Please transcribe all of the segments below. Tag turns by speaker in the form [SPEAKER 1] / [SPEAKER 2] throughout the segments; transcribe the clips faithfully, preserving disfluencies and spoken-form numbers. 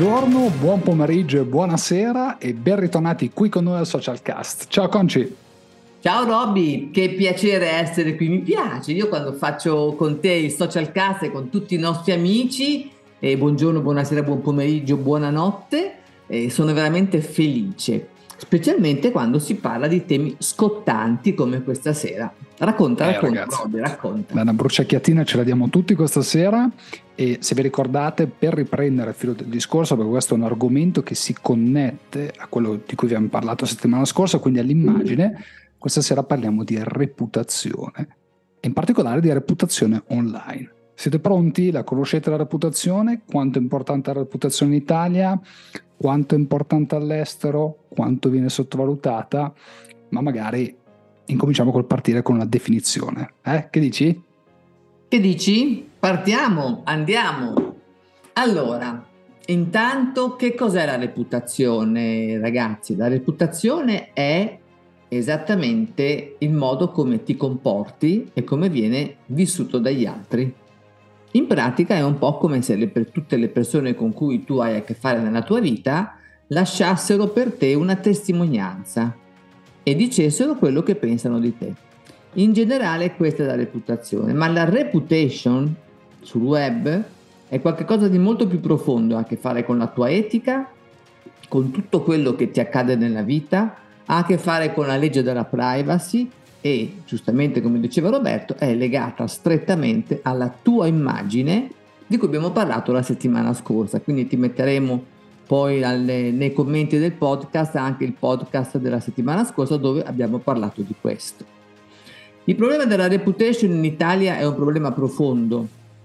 [SPEAKER 1] Buongiorno, buon pomeriggio e buonasera e ben ritornati qui con noi al Socialcast. Ciao Conci.
[SPEAKER 2] Ciao Robby, che piacere essere qui, mi piace. Io quando faccio con te il Socialcast e con tutti i nostri amici, eh, buongiorno, buonasera, buon pomeriggio, buonanotte, eh, sono veramente felice, specialmente quando si parla di temi scottanti come questa sera. Racconta,
[SPEAKER 1] Eh,
[SPEAKER 2] racconta,
[SPEAKER 1] ragazzi,
[SPEAKER 2] Robby, racconta.
[SPEAKER 1] Una bruciacchiatina ce la diamo tutti questa sera e se vi ricordate, per riprendere il filo del discorso, perché questo è un argomento che si connette a quello di cui abbiamo parlato la settimana scorsa, quindi all'immagine, questa sera parliamo di reputazione e in particolare di reputazione online. Siete pronti? La conoscete la reputazione? Quanto è importante la reputazione in Italia? Quanto è importante all'estero? Quanto viene sottovalutata? Ma magari incominciamo col partire con una definizione. Eh? Che dici?
[SPEAKER 2] Che dici? Partiamo, andiamo. Allora, intanto che cos'è la reputazione, ragazzi? La reputazione è esattamente il modo come ti comporti e come viene vissuto dagli altri. In pratica è un po' come se le, per tutte le persone con cui tu hai a che fare nella tua vita lasciassero per te una testimonianza e dicessero quello che pensano di te. In generale questa è la reputazione, ma la reputation sul web è qualcosa di molto più profondo, ha a che fare con la tua etica, con tutto quello che ti accade nella vita, ha a che fare con la legge della privacy e, giustamente come diceva Roberto, è legata strettamente alla tua immagine di cui abbiamo parlato la settimana scorsa, quindi ti metteremo poi alle, nei commenti del podcast anche il podcast della settimana scorsa dove abbiamo parlato di questo. Il problema della reputation in Italia è un problema profondo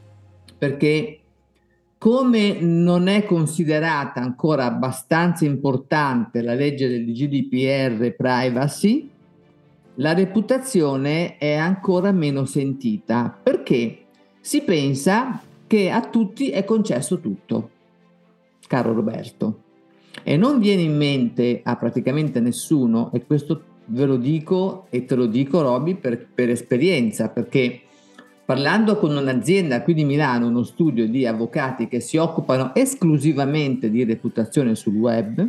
[SPEAKER 2] perché come non è considerata ancora abbastanza importante la legge del G D P R privacy, la reputazione è ancora meno sentita perché si pensa che a tutti è concesso tutto, caro Roberto, e non viene in mente a praticamente nessuno, e questo ve lo dico e te lo dico Robby per, per esperienza, perché parlando con un'azienda qui di Milano, uno studio di avvocati che si occupano esclusivamente di reputazione sul web,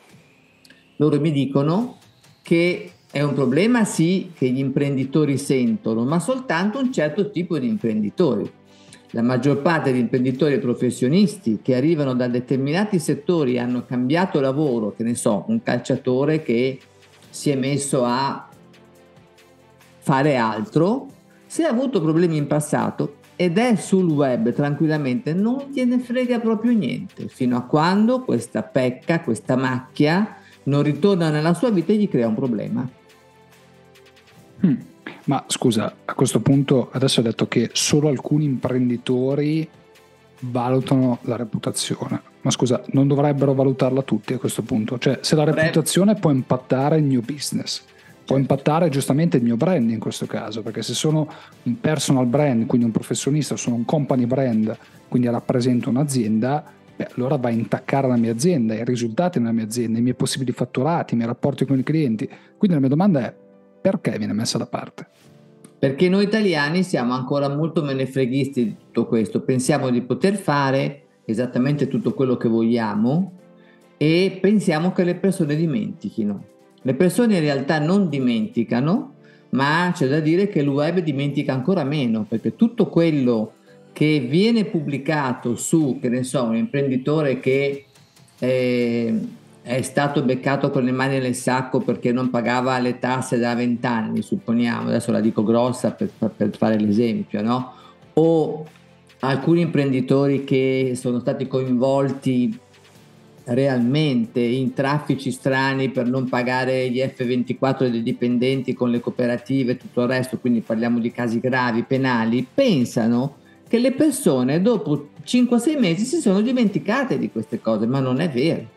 [SPEAKER 2] loro mi dicono che è un problema sì che gli imprenditori sentono, ma soltanto un certo tipo di imprenditori. La maggior parte degli imprenditori professionisti che arrivano da determinati settori e hanno cambiato lavoro, che ne so, un calciatore che si è messo a fare altro, se ha avuto problemi in passato ed è sul web tranquillamente, non gliene frega proprio niente, fino a quando questa pecca, questa macchia non ritorna nella sua vita e gli crea un problema.
[SPEAKER 1] Hmm. Ma scusa, a questo punto adesso hai detto che solo alcuni imprenditori valutano la reputazione, ma scusa, non dovrebbero valutarla tutti a questo punto? Cioè, se la reputazione può impattare il mio business, può impattare giustamente il mio brand in questo caso, perché se sono un personal brand, quindi un professionista, sono un company brand, quindi rappresento un'azienda, beh, allora va a intaccare la mia azienda, i risultati della mia azienda, i miei possibili fatturati, i miei rapporti con i clienti. Quindi la mia domanda è: perché viene messa da parte?
[SPEAKER 2] Perché noi italiani siamo ancora molto menefreghisti di tutto questo, pensiamo di poter fare esattamente tutto quello che vogliamo e pensiamo che le persone dimentichino. Le persone in realtà non dimenticano, ma c'è da dire che il web dimentica ancora meno, perché tutto quello che viene pubblicato su, che ne so, un imprenditore che eh, è stato beccato con le mani nel sacco perché non pagava le tasse da vent'anni, supponiamo, adesso la dico grossa per, per fare l'esempio, no? O alcuni imprenditori che sono stati coinvolti realmente in traffici strani per non pagare gli effe ventiquattro dei dipendenti con le cooperative e tutto il resto, quindi parliamo di casi gravi, penali, pensano che le persone dopo cinque sei mesi si sono dimenticate di queste cose, ma non è vero.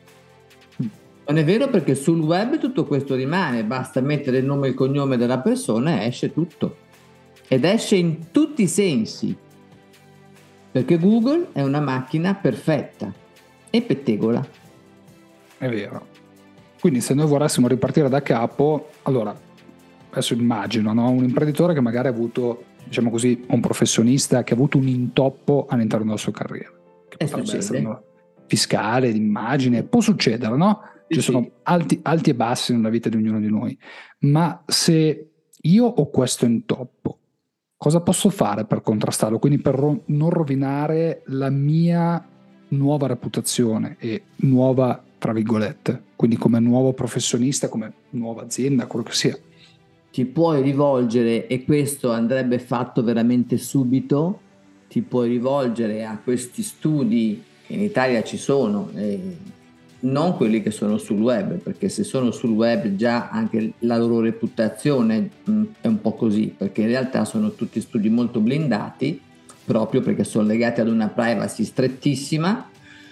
[SPEAKER 2] Non è vero, perché sul web tutto questo rimane, basta mettere il nome e il cognome della persona e esce tutto. Ed esce in tutti i sensi, perché Google è una macchina perfetta e pettegola.
[SPEAKER 1] È vero. Quindi se noi volessimo ripartire da capo, allora, adesso immagino, no? Un imprenditore che magari ha avuto, diciamo così, un professionista che ha avuto un intoppo all'interno della sua carriera. Che
[SPEAKER 2] E
[SPEAKER 1] potrebbe
[SPEAKER 2] succede.
[SPEAKER 1] essere, no? fiscale, di immagine, può succedere, no? Ci
[SPEAKER 2] Sì,
[SPEAKER 1] sono
[SPEAKER 2] sì.
[SPEAKER 1] alti, alti e bassi nella vita di ognuno di noi, ma se io ho questo intoppo, cosa posso fare per contrastarlo? Quindi per ro- non rovinare la mia nuova reputazione e nuova, tra virgolette, quindi come nuovo professionista, come nuova azienda, quello che sia.
[SPEAKER 2] Ti puoi rivolgere, e questo andrebbe fatto veramente subito, ti puoi rivolgere a questi studi che in Italia ci sono, eh, non quelli che sono sul web, perché se sono sul web già anche la loro reputazione mh, è un po' così, perché in realtà sono tutti studi molto blindati, proprio perché sono legati ad una privacy strettissima,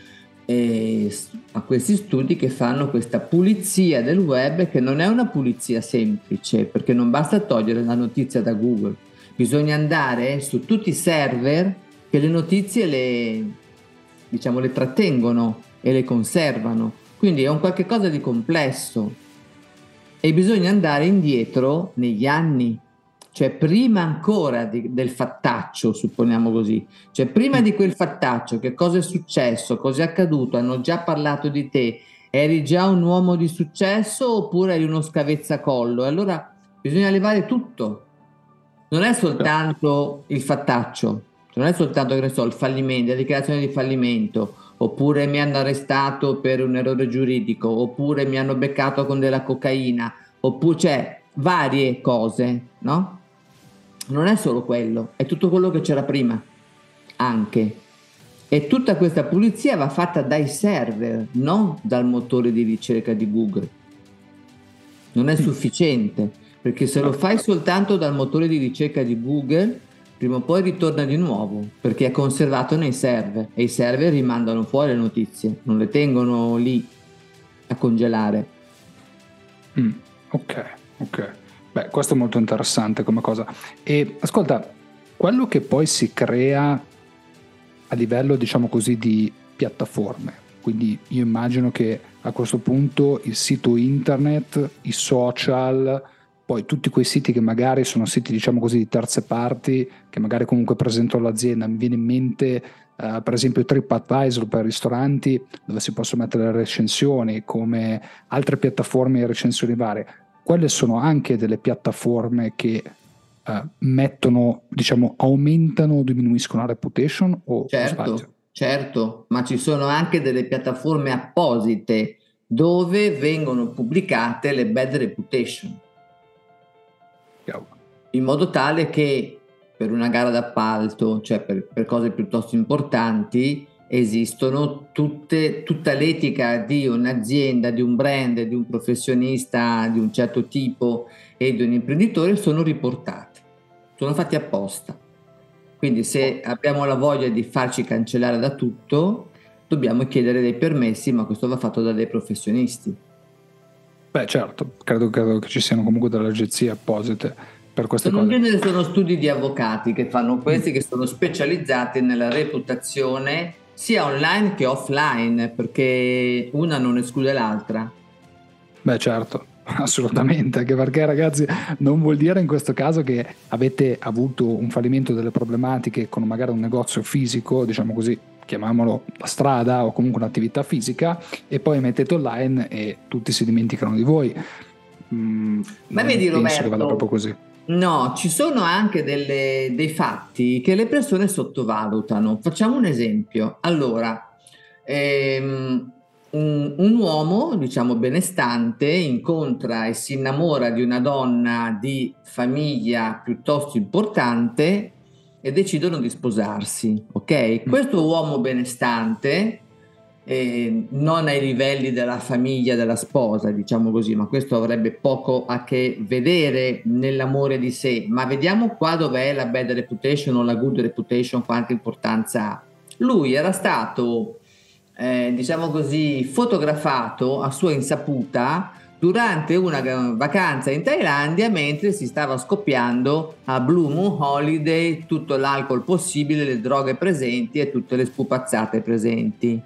[SPEAKER 2] e a questi studi che fanno questa pulizia del web, che non è una pulizia semplice, perché non basta togliere la notizia da Google, bisogna andare su tutti i server che le notizie le, diciamo, le trattengono e le conservano, quindi è un qualche cosa di complesso e bisogna andare indietro negli anni, cioè prima ancora di, del fattaccio, supponiamo così, cioè prima di quel fattaccio, che cosa è successo, cosa è accaduto, hanno già parlato di te, eri già un uomo di successo oppure eri uno scavezzacollo? E allora bisogna levare tutto, non è soltanto il fattaccio, non è soltanto, che ne so, il fallimento, la dichiarazione di fallimento, oppure mi hanno arrestato per un errore giuridico, oppure mi hanno beccato con della cocaina, oppure c'è varie cose, no? Non è solo quello, è tutto quello che c'era prima, anche. E tutta questa pulizia va fatta dai server, non dal motore di ricerca di Google. Non è sufficiente, perché se lo fai soltanto dal motore di ricerca di Google, prima o poi ritorna di nuovo, perché è conservato nei server e i server rimandano fuori le notizie, non le tengono lì a congelare.
[SPEAKER 1] Mm, ok, ok. Beh, questo è molto interessante come cosa. E ascolta, quello che poi si crea a livello, diciamo così, di piattaforme, quindi io immagino che a questo punto il sito internet, i social, poi tutti quei siti che magari sono siti, diciamo così, di terze parti, che magari comunque presentano l'azienda, mi viene in mente Uh, per esempio TripAdvisor per ristoranti, dove si possono mettere le recensioni, come altre piattaforme di recensioni varie. Quelle sono anche delle piattaforme che uh, mettono, diciamo, aumentano o diminuiscono la reputation, o, o sbaglio?
[SPEAKER 2] Certo, certo, ma ci sono anche delle piattaforme apposite dove vengono pubblicate le bad reputation,
[SPEAKER 1] Chiaro.
[SPEAKER 2] in modo tale che per una gara d'appalto, cioè per, per cose piuttosto importanti, esistono tutte, tutta l'etica di un'azienda, di un brand, di un professionista di un certo tipo e di un imprenditore sono riportate, sono fatti apposta. Quindi se abbiamo la voglia di farci cancellare da tutto, dobbiamo chiedere dei permessi, ma questo va fatto da dei professionisti.
[SPEAKER 1] Beh, certo, credo, credo che ci siano comunque delle agenzie apposite per queste
[SPEAKER 2] Sono in
[SPEAKER 1] cose.
[SPEAKER 2] genere sono studi di avvocati che fanno questi, che sono specializzati nella reputazione sia online che offline, perché una non esclude l'altra.
[SPEAKER 1] Beh, certo, assolutamente, anche perché ragazzi non vuol dire in questo caso che avete avuto un fallimento, delle problematiche con magari un negozio fisico, diciamo così, chiamiamolo la strada o comunque un'attività fisica, e poi mettete online e tutti si dimenticano di voi. Mm,
[SPEAKER 2] Ma
[SPEAKER 1] non
[SPEAKER 2] vedi
[SPEAKER 1] penso che vada proprio
[SPEAKER 2] Roberto,
[SPEAKER 1] così.
[SPEAKER 2] no, ci sono anche delle- dei fatti che le persone sottovalutano. Facciamo un esempio. Allora, ehm, un, un uomo, diciamo benestante, incontra e si innamora di una donna di famiglia piuttosto importante e decidono di sposarsi, ok?
[SPEAKER 1] Mm.
[SPEAKER 2] Questo uomo benestante, eh, non ai livelli della famiglia della sposa, diciamo così, ma questo avrebbe poco a che vedere nell'amore di sé. Ma vediamo qua dov'è la bad reputation o la good reputation, quanta importanza ha. Lui era stato, eh, diciamo così, fotografato a sua insaputa durante una vacanza in Thailandia mentre si stava scoppiando a Blue Moon Holiday tutto l'alcol possibile, le droghe presenti e tutte le spupazzate presenti.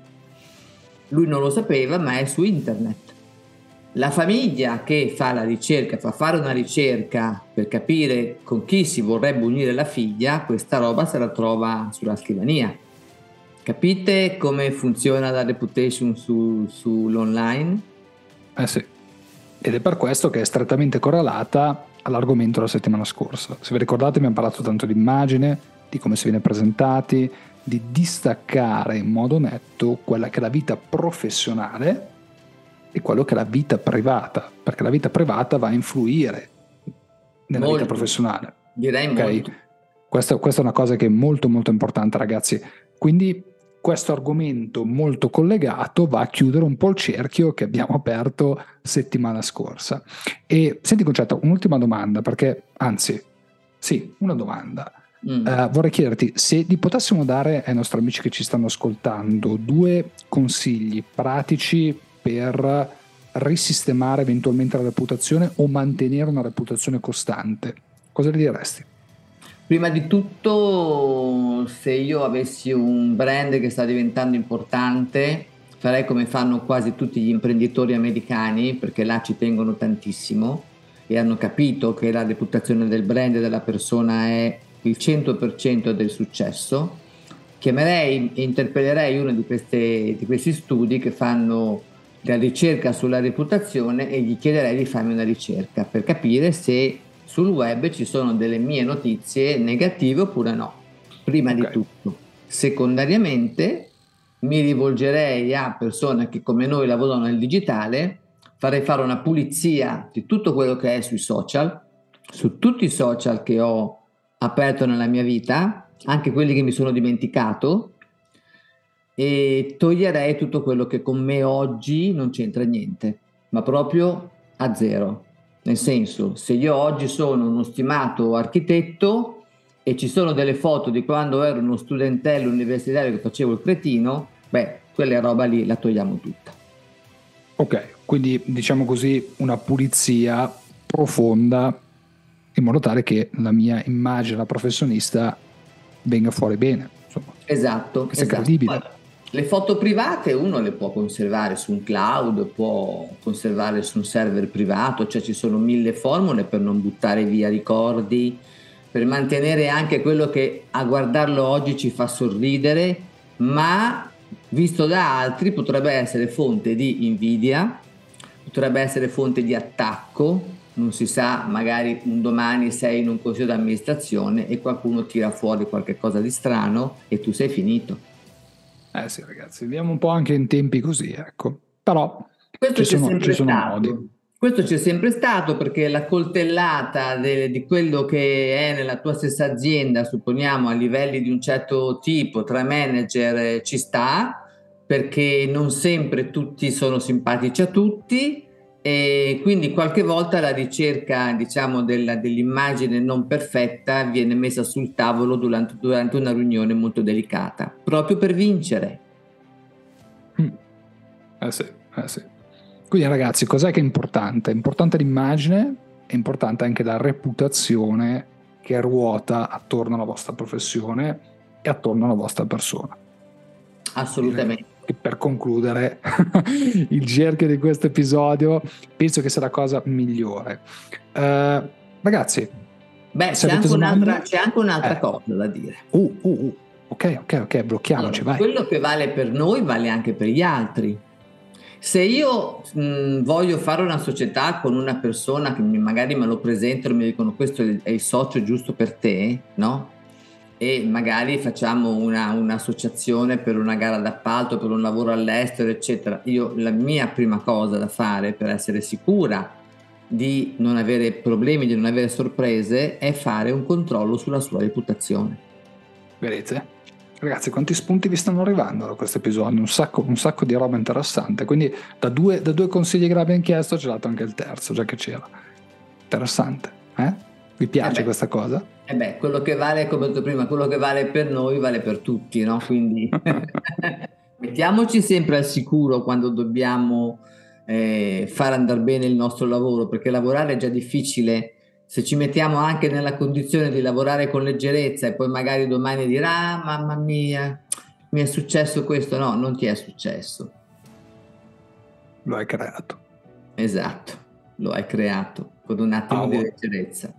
[SPEAKER 2] Lui non lo sapeva, ma è su internet. La famiglia che fa la ricerca, fa fare una ricerca per capire con chi si vorrebbe unire la figlia, questa roba se la trova sulla scrivania. Capite come funziona la reputation su, sull'online?
[SPEAKER 1] Eh sì. Ed è per questo che è strettamente correlata all'argomento della settimana scorsa. Se vi ricordate abbiamo parlato tanto di immagine, di come si viene presentati, di distaccare in modo netto quella che è la vita professionale e quello che è la vita privata, perché la vita privata va a influire nella
[SPEAKER 2] Molto.
[SPEAKER 1] vita professionale.
[SPEAKER 2] Direi
[SPEAKER 1] Okay?
[SPEAKER 2] molto.
[SPEAKER 1] Questa, questa è una cosa che è molto molto importante, ragazzi. Quindi questo argomento molto collegato va a chiudere un po' il cerchio che abbiamo aperto settimana scorsa. E senti Concetto, un'ultima domanda, perché anzi, sì, una domanda.
[SPEAKER 2] Mm.
[SPEAKER 1] Uh, vorrei chiederti se ti potessimo dare ai nostri amici che ci stanno ascoltando due consigli pratici per risistemare eventualmente la reputazione o mantenere una reputazione costante, cosa gli diresti?
[SPEAKER 2] Prima di tutto, se io avessi un brand che sta diventando importante, farei come fanno quasi tutti gli imprenditori americani, perché là ci tengono tantissimo e hanno capito che la reputazione del brand e della persona è il cento per cento del successo. Chiamerei e interpellerei uno di, queste, di questi studi che fanno la ricerca sulla reputazione e gli chiederei di farmi una ricerca per capire se sul web ci sono delle mie notizie negative oppure no, prima okay. di tutto. Secondariamente mi rivolgerei a persone che come noi lavorano nel digitale, farei fare una pulizia di tutto quello che è sui social, su tutti i social che ho aperto nella mia vita, anche quelli che mi sono dimenticato, e toglierei tutto quello che con me oggi non c'entra niente, ma proprio a zero. Nel senso, se io oggi sono uno stimato architetto e ci sono delle foto di quando ero uno studentello universitario che facevo il cretino, beh, quella roba lì la togliamo tutta.
[SPEAKER 1] Ok, quindi diciamo così una pulizia profonda in modo tale che la mia immagine da professionista venga fuori bene, insomma.
[SPEAKER 2] Esatto,
[SPEAKER 1] che sia
[SPEAKER 2] esatto.
[SPEAKER 1] credibile.
[SPEAKER 2] Le foto private uno le può conservare su un cloud, può conservare su un server privato, cioè ci sono mille formule per non buttare via ricordi, per mantenere anche quello che a guardarlo oggi ci fa sorridere, ma visto da altri potrebbe essere fonte di invidia, potrebbe essere fonte di attacco, non si sa, magari un domani sei in un consiglio di amministrazione e qualcuno tira fuori qualche cosa di strano e tu sei finito.
[SPEAKER 1] Eh sì ragazzi, viviamo un po' anche in tempi così, ecco, però
[SPEAKER 2] questo
[SPEAKER 1] ci sono, ci sono
[SPEAKER 2] stato.
[SPEAKER 1] modi.
[SPEAKER 2] Questo c'è sempre stato perché la coltellata de, di quello che è nella tua stessa azienda, supponiamo a livelli di un certo tipo, tra manager ci sta, perché non sempre tutti sono simpatici a tutti e quindi qualche volta la ricerca, diciamo, della, dell'immagine non perfetta viene messa sul tavolo durante, durante una riunione molto delicata, proprio per vincere.
[SPEAKER 1] Mm. Eh sì, eh sì. Quindi ragazzi, cos'è che è importante? È importante l'immagine, è importante anche la reputazione che ruota attorno alla vostra professione e attorno alla vostra persona.
[SPEAKER 2] Assolutamente.
[SPEAKER 1] E per concludere il cerchio di questo episodio, penso che sia la cosa migliore. Uh, ragazzi,
[SPEAKER 2] beh, c'è anche, un'altra, c'è anche un'altra
[SPEAKER 1] eh. cosa
[SPEAKER 2] da dire.
[SPEAKER 1] Uh, uh, uh. Ok, ok, ok, blocchiamoci,
[SPEAKER 2] allora,
[SPEAKER 1] vai.
[SPEAKER 2] Quello che vale per noi vale anche per gli altri. Se io mh, voglio fare una società con una persona che mi, magari me lo presentano e mi dicono questo è il socio giusto per te, no? E magari facciamo una, un'associazione per una gara d'appalto, per un lavoro all'estero, eccetera. Io la mia prima cosa da fare per essere sicura di non avere problemi, di non avere sorprese, è fare un controllo sulla sua reputazione.
[SPEAKER 1] Vedete? Ragazzi, quanti spunti vi stanno arrivando da questo episodio? Un sacco, un sacco di roba interessante. Quindi da due, da due consigli che abbiamo chiesto c'è dato anche il terzo, già che c'era. Interessante, eh? Vi piace
[SPEAKER 2] eh
[SPEAKER 1] questa cosa?
[SPEAKER 2] Eh beh, quello che vale, come ho detto prima, quello che vale per noi vale per tutti, no? Quindi mettiamoci sempre al sicuro quando dobbiamo eh, far andare bene il nostro lavoro, perché lavorare è già difficile. Se ci mettiamo anche nella condizione di lavorare con leggerezza e poi magari domani dirà ah, mamma mia, mi è successo questo, no, non ti è successo.
[SPEAKER 1] Lo hai creato.
[SPEAKER 2] Esatto, lo hai creato con un attimo oh. di leggerezza.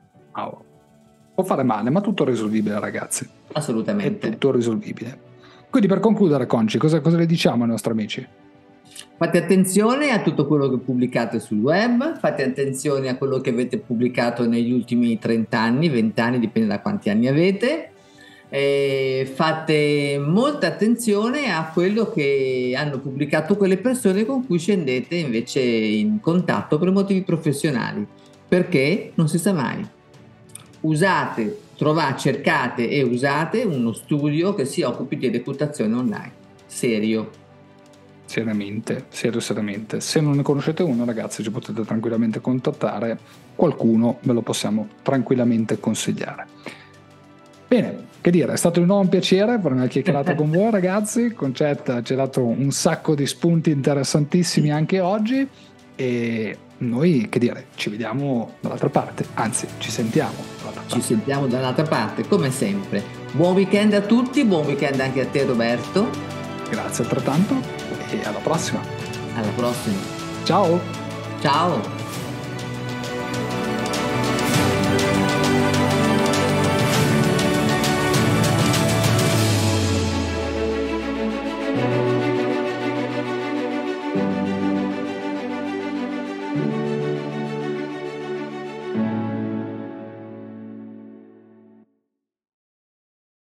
[SPEAKER 1] Oh. Può fare male, ma tutto risolvibile, ragazzi.
[SPEAKER 2] Assolutamente.
[SPEAKER 1] È tutto risolvibile. Quindi per concludere, Conci, cosa, cosa le diciamo ai nostri amici?
[SPEAKER 2] Fate attenzione a tutto quello che pubblicate sul web, fate attenzione a quello che avete pubblicato negli ultimi trenta anni, venti anni, dipende da quanti anni avete. E fate molta attenzione a quello che hanno pubblicato quelle persone con cui scendete invece in contatto per motivi professionali, perché non si sa mai. Usate, trovate, cercate e usate uno studio che si occupi di reputazione online, serio.
[SPEAKER 1] Seriamente, serio, seriamente. Se non ne conoscete uno, ragazzi, ci potete tranquillamente contattare, qualcuno ve lo possiamo tranquillamente consigliare. Bene, che dire, è stato di nuovo un piacere per una chiacchierata con voi, ragazzi. Concetta ci ha dato un sacco di spunti interessantissimi anche oggi e noi, che dire, ci vediamo dall'altra parte, anzi ci sentiamo dall'altra parte.
[SPEAKER 2] Ci sentiamo dall'altra parte, come sempre. Buon weekend a tutti, buon weekend anche a te, Roberto.
[SPEAKER 1] Grazie altrettanto e alla prossima.
[SPEAKER 2] Alla prossima.
[SPEAKER 1] Ciao.
[SPEAKER 2] Ciao.